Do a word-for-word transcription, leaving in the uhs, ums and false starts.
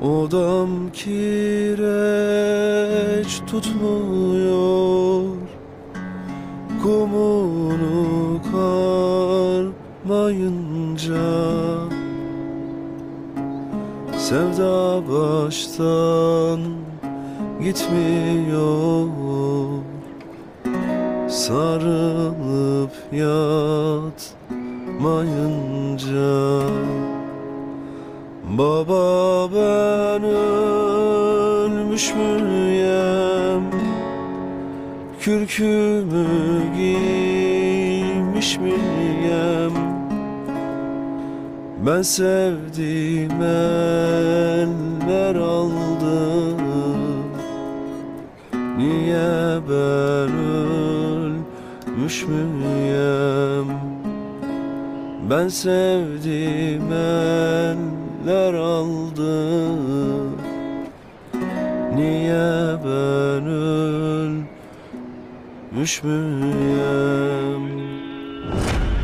Odam kireç tutmuyor, kumunu karmayınca. Sevda baştan gitmiyor, sarılıp yatmayınca. Baba ben ölmüş müyem, kürkümü giymiş miyem? Ben sevdiğim eller aldı, niye ben ölmüş müyem? Ben sevdiğim eller aldı, niye ben ölmüş müyem?